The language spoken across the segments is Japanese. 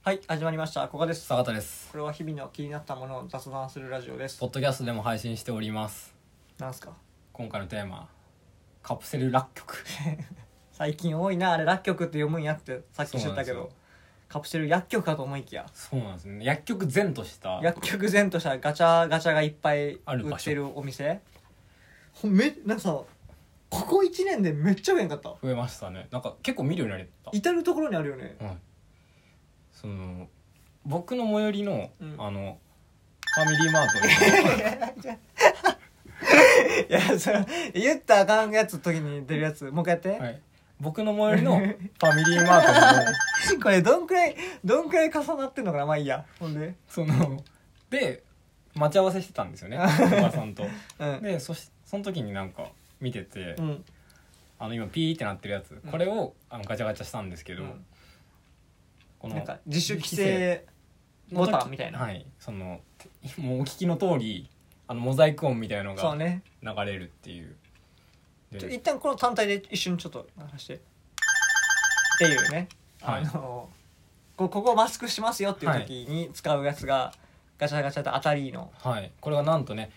はい、始まりました。ここです。 坂田です。 これは日々の気になったものを雑談するラジオです。 ポッドキャストでも配信しております。 なんすか？ 今回のテーマ、カプセルラッ曲。 最近多いな、あれラッ曲って読むんやってさっき知ったけど、 そうなんですよ。 カプセル薬局かと思いきや、 そうなんですね。薬局前とした薬局前としたガチャガチャがいっぱいある場所売ってるお店。なんかさ、ここ1年でめっちゃ増えんかった。 増えましたね。なんか結構見るようになれた。 至る所にあるよね。 はい。その僕の最寄りの、 うんファミリーマートでいや、それ言ったらあかんやつの時に出るやつもう一回やって、 はい。僕の最寄りのファミリーマートこれどんくらい重なってんのかな。まあいいや。ほんでで待ち合わせしてたんですよね、おばさんと。 うんでその時になんか見てて、 うん今ピーってなってるやつ、これをガチャガチャしたんですけど、このなんか自主規制ボタンみたいな。 はい、もうお聞きの通りモザイク音みたいなのがそうね。 流れるっていう。で一旦この単体で一瞬ちょっと流してっていうね、 はい、 ここマスクしますよっていう時に使うやつがガチャガチャと当たりの、 はい、これがなんとね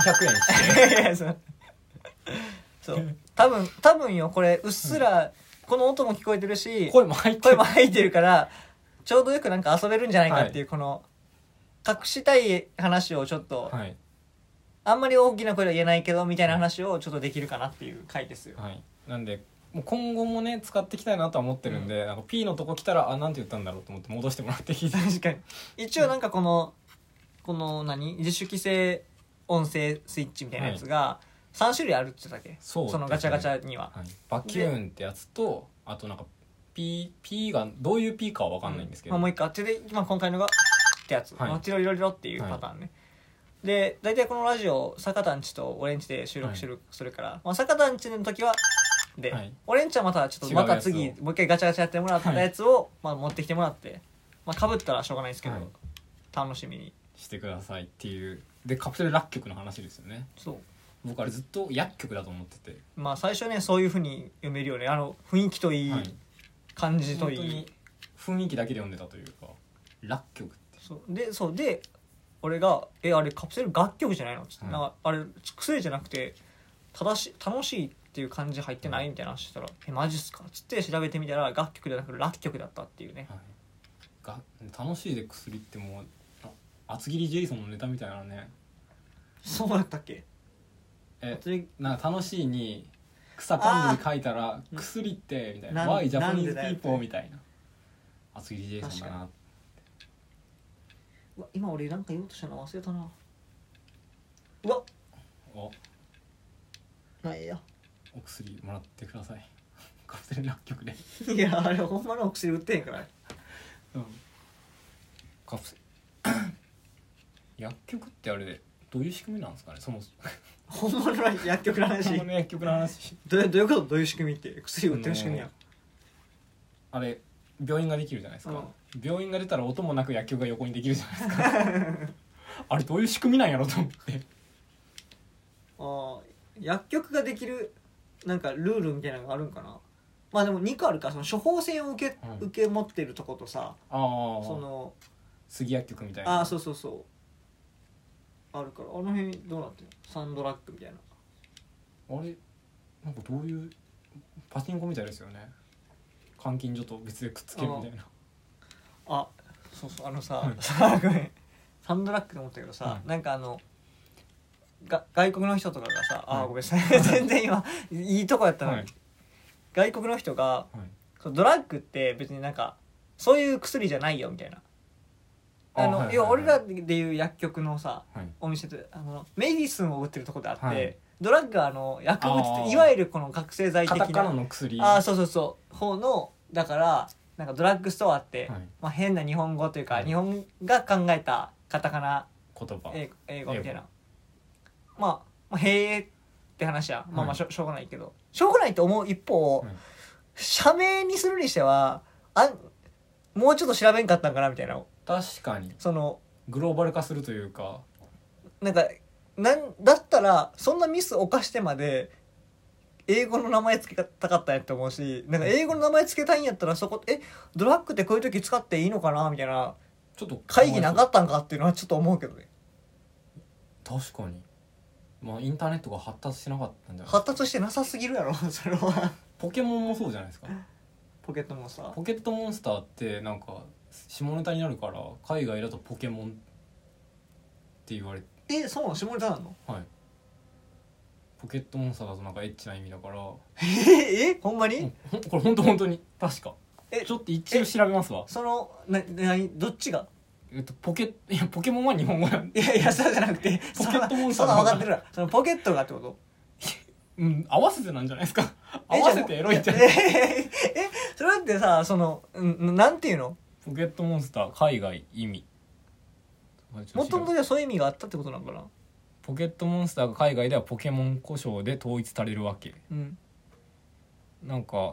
400円してそう多分よ、これうっすらこの音も聞こえてるし、 声も入ってる声も入ってるからちょうどよくなんか遊べるんじゃないかっていう、この隠したい話をちょっと、 はい、 あんまり大きな声では言えないけどみたいな話をちょっとできるかなっていう回ですよ。 はい、なんでもう今後もね使っていきたいなとは思ってるんで、なんか P のとこ来たらなんて言ったんだろうと思って戻してもらって聞いて。 確かに一応なんかこの自主規制音声スイッチみたいなやつが3種類あるって言ってたっけ？ そうですね、 そのガチャガチャには、 はい、バキューンってやつと、あとなんか P がどういう P かは分かんないんですけど、 もう一個あってで、今今回のがってやつ、 はいチロリロリロっていうパターンね、で大体このラジオ坂田んちと俺んちで収録するから、坂田んちの時はで、俺んちはまたちょっとまた次もう一回ガチャガチャやってもらったやつを、持ってきてもらって、被ったらしょうがないですけど、楽しみにしてくださいっていう。でカプセルラッ曲の話ですよね。 そう、 僕あれずっと薬曲だと思ってて、 最初ねそういう風に読めるよね。雰囲気といい、感じといい、 本当に雰囲気だけで読んでたというか、ラッ曲ってそうで俺があれカプセル楽曲じゃないのっつって、なんかあれ薬じゃなくて楽しいっていう感じ入ってないみたいな話したら、マジっすかっつって調べてみたら楽曲じゃなくてラッ曲だったっていうね、 楽しいで薬ってもう厚切りジェイソンのネタみたいなね。 そうだったっけ？ なんか楽しいに草冠に書いたら薬ってみたいな、 Why Japanese people みたいな厚切りジェイソンだな。 うわ、今俺なんか言おうとしたの忘れたな。うわおないやお薬もらってください。カプセル薬局で。 いやあれほんまのお薬売ってへんから、 カプセル薬局ってあれでどういう仕組みなんですかね、そもそも。 本物の薬局の話。 本物の薬局の話。 どういうこと？どういう仕組みって薬売ってる仕組みや。 あれ病院ができるじゃないですか、病院が出たら音もなく薬局が横にできるじゃないですか。あれどういう仕組みなんやろと思って。 薬局ができるなんかルールみたいなのがあるんかな。でも2個あるから、その処方箋を受け持ってるとことさ、その杉薬局みたいな。 そうあるから、あの辺どうなってるの？サンドラッグみたいな。 あれなんかどういうパチンコみたいですよね。監禁所と別でくっつけるみたいな。 さごめん、サンドラッグと思ったけどさ、なんか外国の人とかがさ、ごめんなさい全然今いいとこやったのに、外国の人が、ドラッグって別になんかそういう薬じゃないよみたいな、要は俺らでいう薬局のさ、お店でメディスンを売ってるとこであって、ドラッグは薬物っていわゆるこの覚醒剤的なカタカナの薬そう方の、だからなんかドラッグストアって、変な日本語というか、日本が考えたカタカナ言葉英語みたいな、へえって話や、しょうがないけど、しょうがないと思う一方、社名にするにしてはもうちょっと調べんかったんかなみたいな。 確かにそのグローバル化するというか、 なんかだったらそんなミス犯してまで英語の名前つけたかったんやって思うし、なんか英語の名前つけたいんやったらそこドラッグってこういう時使っていいのかなみたいなちょっと会議なかったんかっていうのはちょっと思うけどね。 確かにまあインターネットが発達してなかったんじゃない発達してなさすぎるやろそれは。 ポケモンもそうじゃないですか。 ポケットモンスター。 ポケットモンスターってなんか下ネタになるから海外だとポケモンって言われて、 そうなの？下ネタなの？ はい、ポケットモンスターだとなんかエッチな意味だからほんまに？ これ本当に確かちょっと一応調べますわ。 そのどっちが？ ポケモンは日本語なんで。 いやそうじゃなくてポケットモンスターそんな分かってるわ。そのポケットがってこと？ 合わせてなんじゃないですか。合わせてエロいんじゃない。 それってさなんていうの？ ポケットモンスター海外意味もともとそういう意味があったってことなのかな。 ポケットモンスターが海外ではポケモン呼称で統一されるわけ、なんか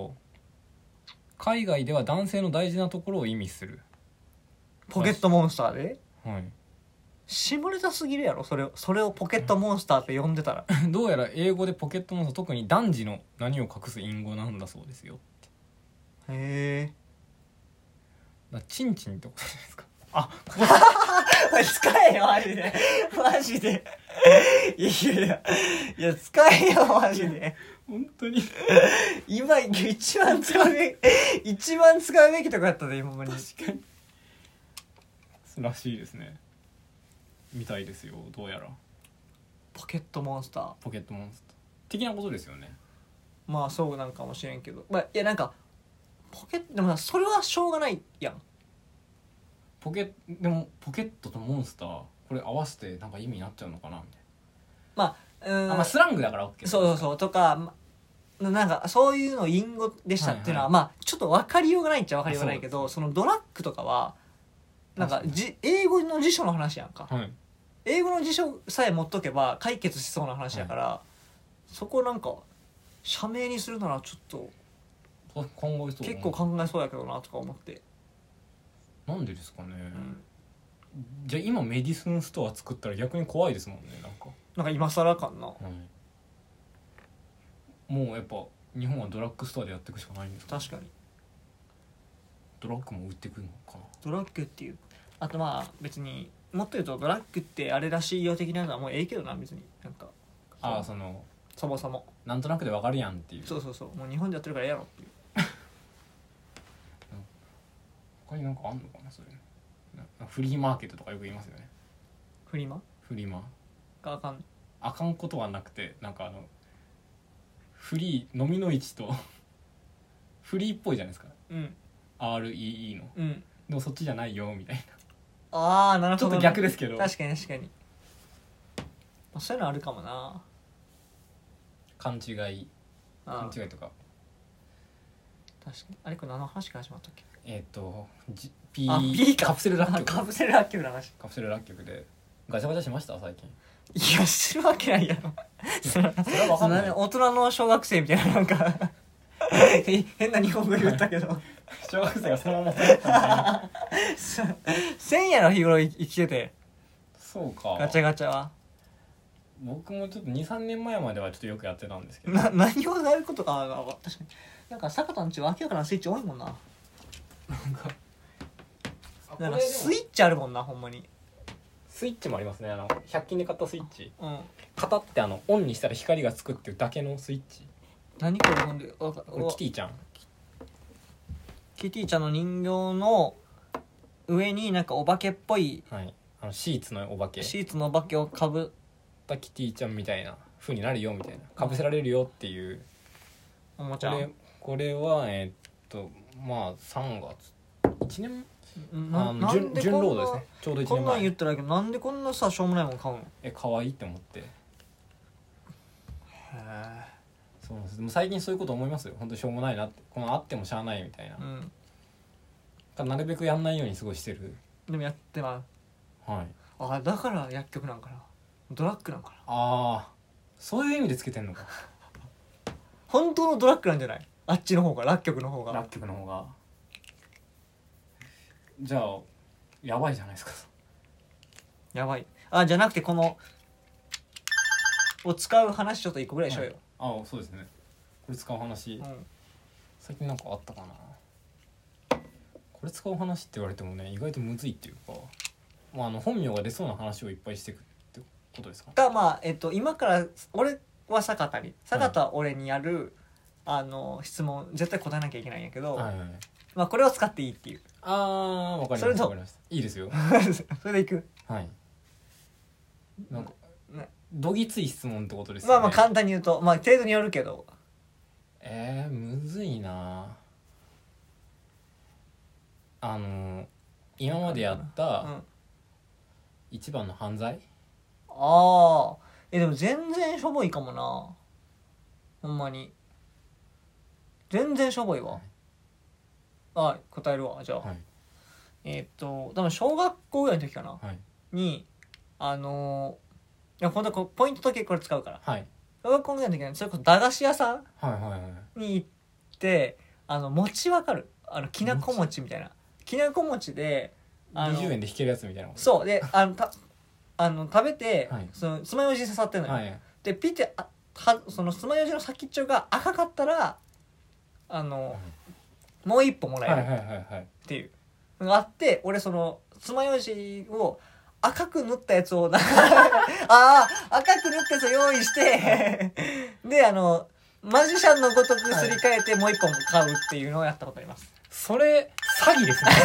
海外では男性の大事なところを意味するポケットモンスターで、 はい、 下ネタすぎるやろそれをポケットモンスターって呼んでたらどうやら英語でポケットモンスター特に男児の何を隠す隠語なんだそうですよ。 へえ。チンチンってことじゃないですか。 使えよマジでマジでいや使えよマジで本当に今一番使うべきとこやったで今まで。 確かにらしいですね。みたいですよ。どうやらポケットモンスター的なことですよね。 まあそうなんかもしれんけど、いやなんかでもそれはしょうがないやん。 でもポケットとモンスターこれ合わせてなんか意味になっちゃうのかなみたいな。まあスラングだから OK。 そうとかなんかそういうの隠語でしたっていうのは、まあちょっと分かりようがないっちゃ分かりようがないけど、そのドラッグとかはなんか英語の辞書の話やんか、英語の辞書さえ持っとけば解決しそうな話やから、そこなんか社名にするならちょっと結構考えそうやけどなとか思って。 なんでですかね、じゃあ今メディスンストア作ったら逆に怖いですもんね。なんか今更かんな、 もうやっぱ日本はドラッグストアでやっていくしかないんですか。 確かにドラッグも売ってくるのかな。 ドラッグっていう、あとまあ別にもっと言うとドラッグってあれらしいよ的なのはもうええけどな別になんかそもそもなんとなくでわかるやんっていう。 そうもう日本でやってるからええやろっていう他になんかあんのかな。それフリーマーケットとかよく言いますよね。 フリマがあかんことはなくて、なんかフリー飲みの市とフリーっぽいじゃないですか、REE の、でもそっちじゃないよみたいな。 なるほど、ね、 ちょっと逆ですけど。 確かにそういうのあるかもな。 勘違いとか。 確かにあれこれ何の話から始まったっけ。 P カプセルラッキョク。 カプセルラッキョクの話。 カプセルラッキョクでガチャガチャしました最近。 いや知るわけないやろそれは分かんない。 大人の小学生みたいななんか変な日本語言ったけど小学生がそのままそうやったみたいな 1000やろ日頃生きてて。 そうか。 ガチャガチャは僕もちょっと 2,3 年前まではちょっとよくやってたんですけど。 何をやることか確かになんか坂田んちは明らかなスイッチ多いもんな。なんかスイッチあるもんなほんまに。 スイッチもありますね。100均で買ったスイッチ、型ってオンにしたら光がつくっていうだけのスイッチ。 何これほんでこれキティちゃんの人形の上になんかお化けっぽい、 シーツのお化けをかぶったキティちゃんみたいな風になるよみたいな、かぶせられるよっていうおもちゃ。 これはまあ3月1年純ロードですね。ちょうど1年前。 こんなん言ったらいいけどなんでこんなさしょうもないもん買うの。 可愛いって思って。そうなんです。でも最近そういうこと思いますよ。本当にしょうもないなって、あってもしゃあないみたいな、なるべくやんないようにすごいしてる。 でもやってまう。 だから薬局なんかな、ドラッグなんかな。 そういう意味でつけてんのか。 本当のドラッグなんじゃない。あっちの方が、ラッキョクの方が。 じゃあやばいじゃないですか。 やばい。じゃなくてこのを使う話ちょっと一個ぐらいしようよ。 ああそうですね。これ使う話、最近なんかあったかな。これ使う話って言われてもね意外とむずいっていうか、まあ、本名が出そうな話をいっぱいしていくってことですか。 まあ今から俺は坂田に坂田は俺にやる、質問絶対答えなきゃいけないんやけど、 はいはい、 まあこれを使っていいっていう。 ああ分かりました分かりました。いいですよそれでいく。 はい。なんかどぎつい質問ってことですよね。 まあまあ簡単に言うとまあ程度によるけど。 むずいな。今までやった一番の犯罪、 ああでも全然しょぼいかもな。ほんまに全然しょぼいわ。答えるわじゃあ、 はい、 多分小学校ぐらいの時かな、 はい、 にいや本当ポイントだけこれ使うから、 はい、 小学校ぐらいの時にそれこそ駄菓子屋さんはいはいはいに行って餅わかるきなこ餅みたいなきなこ餅で 20円で引けるやつみたいなこと。 そうで食べて、 はい、 その爪楊枝刺さってるのよ、 はい、 でピッてその爪楊枝の先っちょが赤かったらもう一歩もらえるっていうのがあって、俺その爪楊枝を赤く塗ったやつを赤く塗ったやつを用意してでマジシャンのごとくすり替えてもう一本買うっていうのをやったことあります。 それ詐欺ですね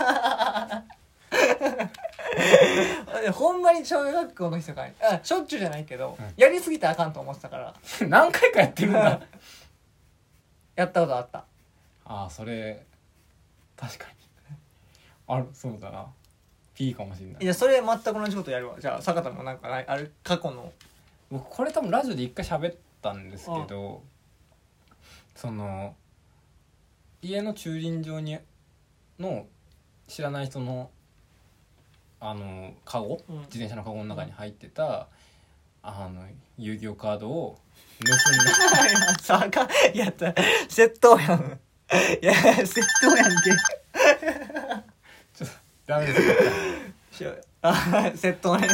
ほんまに小学校の人からしょっちゅうじゃないけど、やりすぎたらあかんと思ってたから何回かやってるんだやったことあった。 それ確かにそうだな。P かもしれない。 いやそれ全く同じことやるわ。じゃあ坂田もなんかある過去の。 僕これ多分ラジオで一回喋ったんですけど、その家の駐輪場の知らない人のカゴ、自転車のカゴの中に入ってた遊戯王カードを盗んだやった窃盗やん。いや窃盗やんけちょっとダメですよ窃盗ね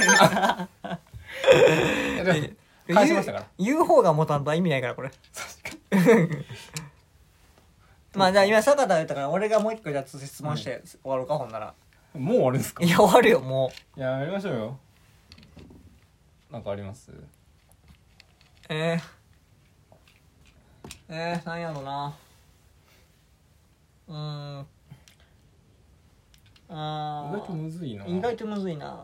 返しましたから。 言う方が持たんと意味ないからこれまあじゃあ今坂田が言ったから俺がもう一個じゃあ質問して終わろうか、ほんなら。 もう終わるんですか。 いや終わるよもう。いややりましょうよ。なんかあります？ なんやろな。 意外とむずいな。 意外とむずいな。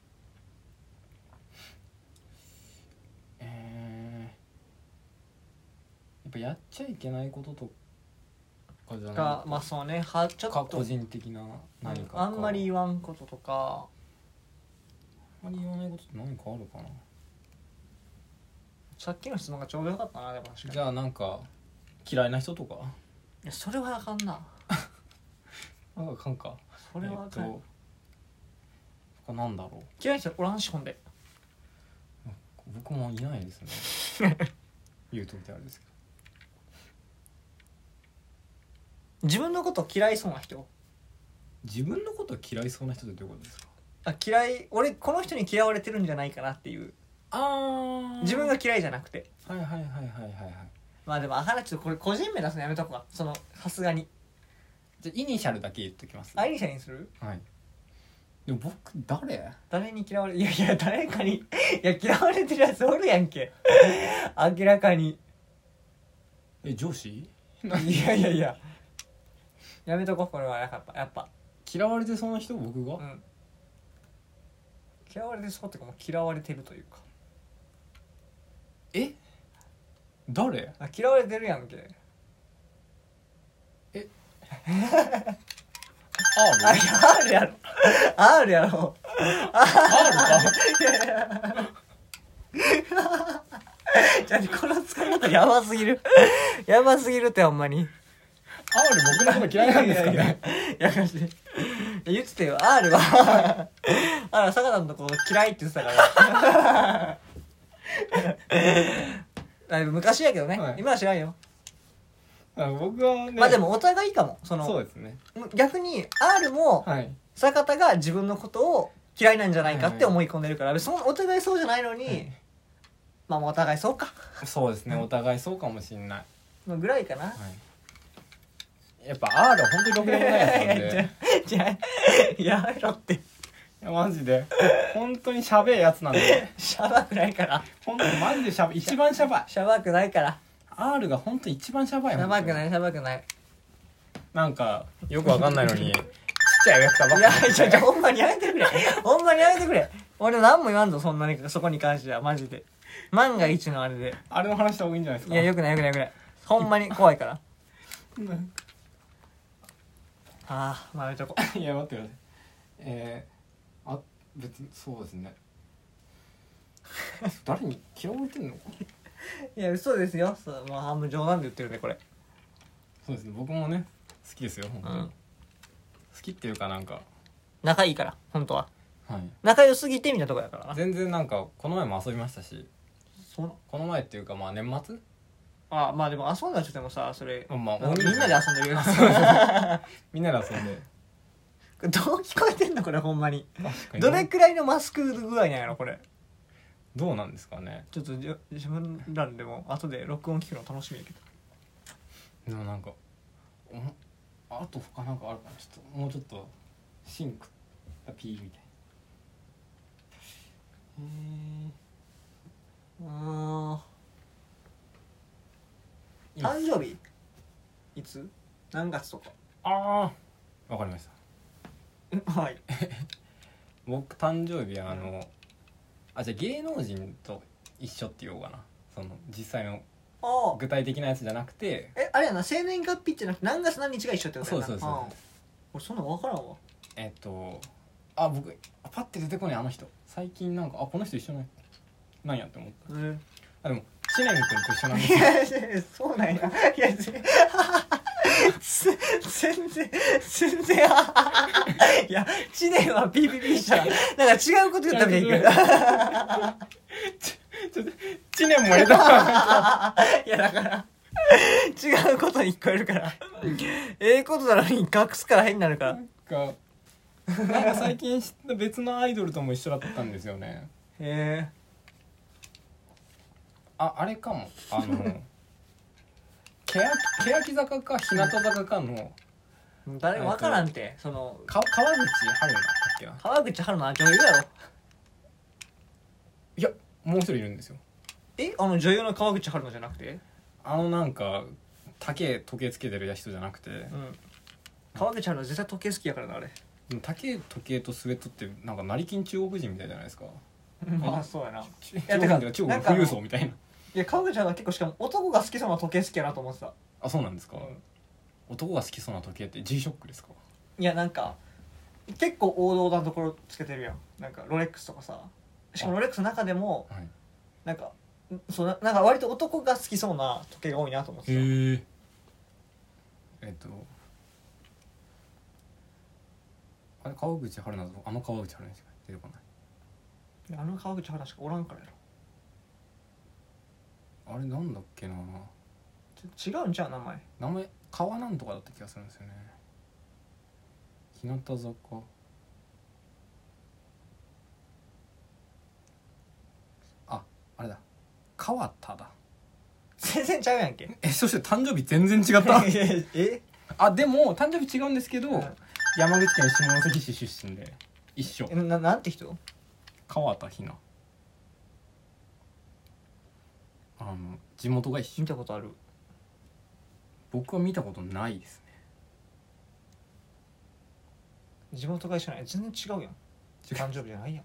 やっぱやっちゃいけないこととかじゃないか、まあそうね、ちょっと個人的な何かあんまり言わんこととか。 あんまり言わないことって何かあるかな。 さっきの質問がちょうどよかったな。でも確かに。 じゃあなんか嫌いな人とか。 いやそれはあかんななんかあかんか。 それはあかん、 他なんだろう。 嫌いな人おらんしほんで。 僕もいないですね言うとみてあれですけど。 自分のこと嫌いそうな人。 自分のこと嫌いそうな人ってどういうことですか。 俺この人に嫌われてるんじゃないかなっていう。自分が嫌いじゃなくて。 はいはいはいはいはいはい。 まあでもちょっとこれ個人名出すのやめとこうか。さすがに。 じゃあイニシャルだけ言っときます。 イニシャルにする。 はい。でも僕誰に嫌われ、いや誰かに嫌われてるやつおるやんけ明らかに。 上司いややめとこう。これはやっぱ嫌われてそうな人。僕が、 嫌われてそうっていうかもう嫌われてるというか。 誰？ 嫌われてるやんけ。R やろ。R やろ。じゃあこの使い方やばすぎるってほんまに。 R 僕のこと嫌いなんですかね。 やかし言ってたよ。R は坂田のとこ嫌いって言ってたから昔やけどね、今は知らんよ。 僕はね、 まあでもお互いかも。 そうですね。 逆に R も坂田が自分のことを嫌いなんじゃないかって思い込んでるから、お互いそうじゃないのに、 まあお互いそうか。 そうですね、お互いそうかもしんない、 まあぐらいかな。 はい、やっぱ R は本当にろくでもないやつなんでじゃあやめろって。 いやマジで本当にしゃべえやつなんでしゃばくないから。 本当にマジで一番しゃばい。 しゃばくないから。 R が本当に一番しゃばい。 しゃばくないしゃばくない。 なんかよくわかんないのにちっちゃい役者ばっいかり。 やちょほんまにやめてくれ。ほんまにやめてくれ。俺何も言わんぞそんなにそこに関してはマジで。万が一のあれで。 あれの話した方がいいんじゃないですか。 いやよくないよくないよくない。ほんまに怖いから。ああまあやめとこいや待ってください。あ別にそうですね。誰に嫌われてんのか。 いや嘘ですよ。そうもう半分冗談で言ってるねこれ。 そうですね、僕もね好きですよ本当に、 うん、 好きっていうかなんか仲いいから本当は。 はい、 仲良すぎてみたいなとこやからな。 全然なんかこの前も遊びましたし。 そうなこの前っていうかまあ年末。 あまあでも遊んだらちょっとでもさそれ、 まあみんなで遊んでるよ。 みんなで遊んで。 どう聞こえてんのこれほんまに。 確かにどれくらいのマスク具合なんやろこれ。 どうなんですかね。 ちょっと自分らでも後で録音聞くの楽しみやけど。 でもなんかあと他なんかあるかな。ちょっともうちょっとシンクピーみたいな。誕生日いつ何月とか。 ああわかりました。 はい。 僕誕生日はじゃあ芸能人と一緒って言おうかな。その実際のあ具体的なやつじゃなくて。 あれやな生年月日ってなくて何月何日が一緒ってことやな。 そう俺そんなの分からんわ。 僕パッて出てこない。あの人最近なんかこの人一緒なんやって思った。でも知念君と一緒なんですよ。 いやそうなんや。いや全然いや知念は PPP したらなんか違うこと言ったみたいに言うけど知念も入れた。 いやだから違うことに聞こえるからええことなのに隠すから変になるからなんか最近知った別のアイドルとも一緒だったんですよね。 へえ。 あれかも欅坂か日向坂かの誰も分からんて。その川口春奈だっけな。 川口春奈女優やろ。 いやもう一人いるんですよ。 女優の川口春奈じゃなくてなんか時計つけてる人じゃなくて、 川口春奈絶対時計好きやからなあれ。 でも時計とスウェットってなんか成金中国人みたいじゃないですか。 まあそうやな。 中国人とか中国富裕層みたいな。 いや川口春奈結構しかも男が好きそうな時計好きやなと思ってた。 そうなんですか、男が好きそうな時計って G-SHOCK ですか。 いやなんか結構王道なところつけてるやん。なんかロレックスとかさ。しかもロレックスの中でもなんかなんか割と男が好きそうな時計が多いなと思ってた。 へえ。あれ川口春奈と川口春奈しか出てこない。 川口春奈しかおらんからやろ。 あれなんだっけな。 違うんじゃん名前川なんとかだった気がするんですよね。日向坂あれだ川田だ。 全然ちゃうやんけ。 そして誕生日全然違ったでも誕生日違うんですけど、山口県下関市出身で一緒。 なんて人。 川田ひな。地元が一緒。 見たことある。 僕は見たことないですね。 地元が一緒ない。全然違うやん。誕生日じゃないやん。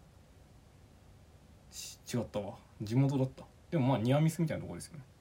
違ったわ。地元だった。でもまあニアミスみたいなところですよね。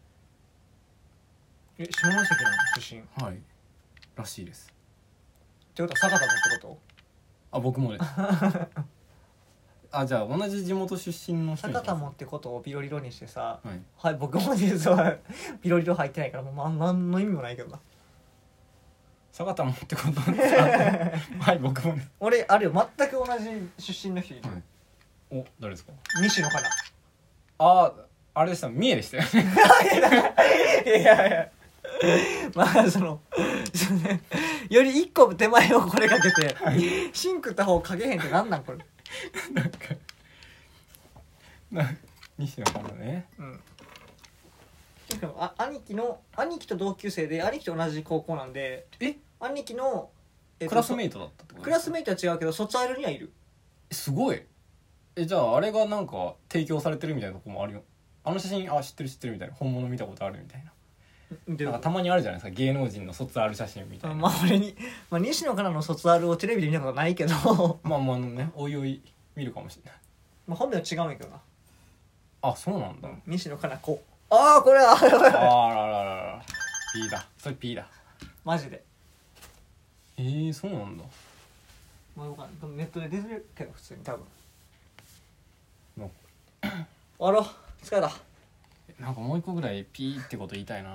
下関なの出身。 はいらしいです。 ってことは坂田もってこ僕もですじゃあ同じ地元出身の人と。坂田もってことをピロリロにしてさ、 はい僕も実はピロリロ入ってないからもう何の意味もないけどな。 坂田もってことはい僕もね。 俺あるよ全く同じ出身の人いる、 誰ですか。 西野カナ。 あれでした。三重でしたよねいやまあより一個手前をこれかけて、シンクった方かけへんってなんなんこれ。 西野カナね。 しかも兄貴と同級生で兄貴と同じ高校なんで、兄貴の、 クラスメイトだったってことクラスメイトは違うけど卒アルにはいる。 すごい。じゃああれがなんか提供されてるみたいなとこもあるよ。あの写真知ってるみたいな、本物見たことあるみたいな。なんかたまにあるじゃないですか、芸能人の卒アル写真みたいな。 俺に、西野カナの卒アルをテレビで見たことないけどまあね、おいおい見るかもしれない。 本名は違うんやけどな。 あ、そうなんだ。 西野カナ子。これはあら P だ、それ P だマジで。 そうなんだ。 ネットで出てるけど普通に多分。 もう終わろう、疲れた。 なんかもう一個ぐらいピーってこと言いたいな。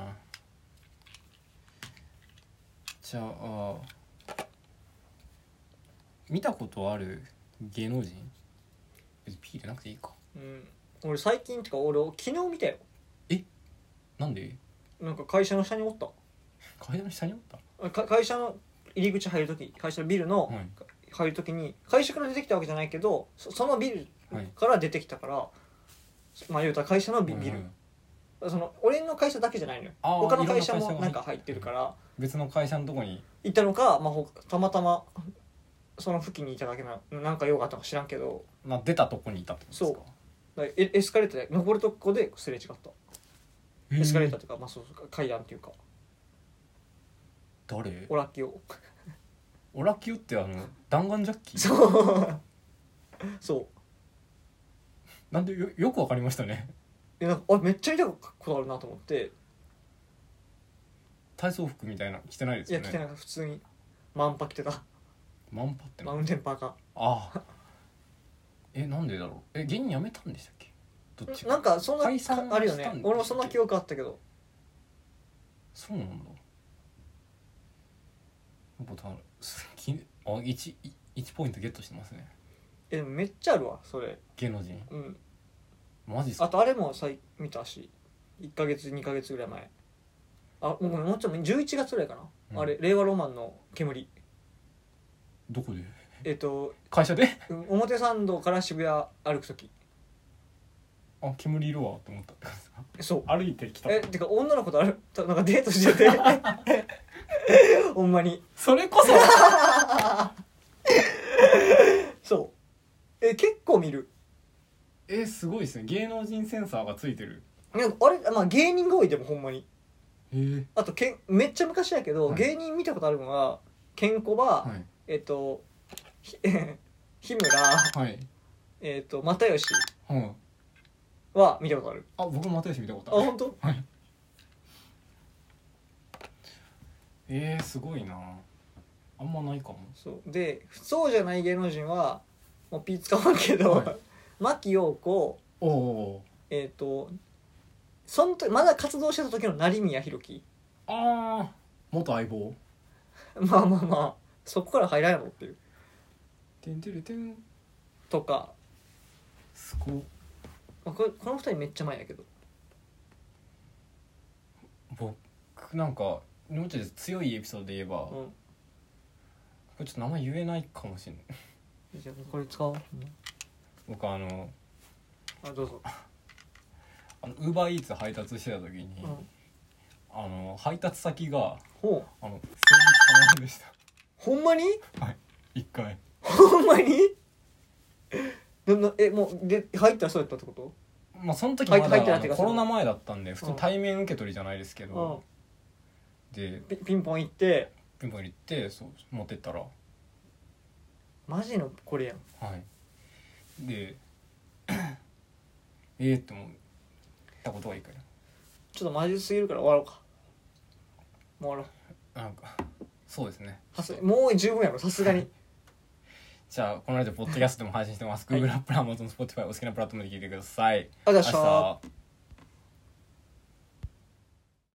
じゃあ見たことある芸能人、ピーでなくていいか。 俺最近ってか俺昨日見たよ。 なんで？ なんか会社の下におった。 会社の下におった？ 会社の入り口入るとき、会社のビルの入るときに、会社から出てきたわけじゃないけど、そのビルから出てきたから、言うたら会社のビル、その俺の会社だけじゃないのよ。他の会社もなんか入ってるから、 別の会社のとこに行ったのか、たまたまその付近にいただけなんか用があったか知らんけど、 出たとこにいたってことですか？ そう。エスカレーターで登るとこですれ違った。エスカレーターっていうか、階段っていうか。 誰？ オラキオ。 オラキオって弾丸ジャッキー？ そうなんでよくわかりましたね。 めっちゃ見たことあるなと思って。 体操服みたいな着てないですよね。 いや着てない、普通にマンパ着てた。 マンパってマウンテンパーカー。なんでだろう。芸人辞めたんでしたっけ？どっちかなんかそんな解散あるよね。俺もそんな記憶あったけど。 そうなんだ。1ポイントゲットしてますね。 でもめっちゃあるわそれ。 芸能人？マジっすか？あとあれも見たし、1ヶ月2ヶ月ぐらい前。もうちょっと11月ぐらいかな、あれ令和ロマンの煙。 どこで？ 会社で？ 表参道から渋谷歩くとき。 煙いるわって思ったって感じですか？ そう歩いてきた。 てか女の子となんかデートしててほんまにそれこそそう結構見る。 すごいですね。芸能人センサーがついてる。 あれ、芸人が多い。でもほんまに。あとめっちゃ昔やけど、芸人見たことあるのがケンコバ、日村、又吉は見たことある。 僕も又吉見たことある。 本当？ すごいな。あんまないかも。 そうで、そうじゃない芸能人はもうピー使わんけど、牧陽子、その時まだ活動してた時の成宮弘樹。 元相棒。 そこから入らんやろっていう。 てんてるてんとか。 すごっ。 この二人めっちゃ前やけど。 僕なんかもうちょっと強いエピソードで言えば、これちょっと名前言えないかもしれない。 じゃあこれ使おう。 僕どうぞ。 ウーバーイーツ配達してた時に、配達先が先日たまでした。 ほんまに？ はい、1回。 ほんまに？もうで入ったらそうやったってこと？ その時まだコロナ前だったんで普通対面受け取りじゃないですけど、でピンポン行ってそう持ってったらマジのこれやん。 でって思ったことがいいから、 ちょっとマジすぎるから終わろうか。もう終わろう。 なんかそうですね。 もう十分やろさすがに。 じゃあこのラジオポッドキャストでも配信してます。Google、Apple、Amazon、Spotify お好きなプラットフォームで聞いてください。 ありがとうございました。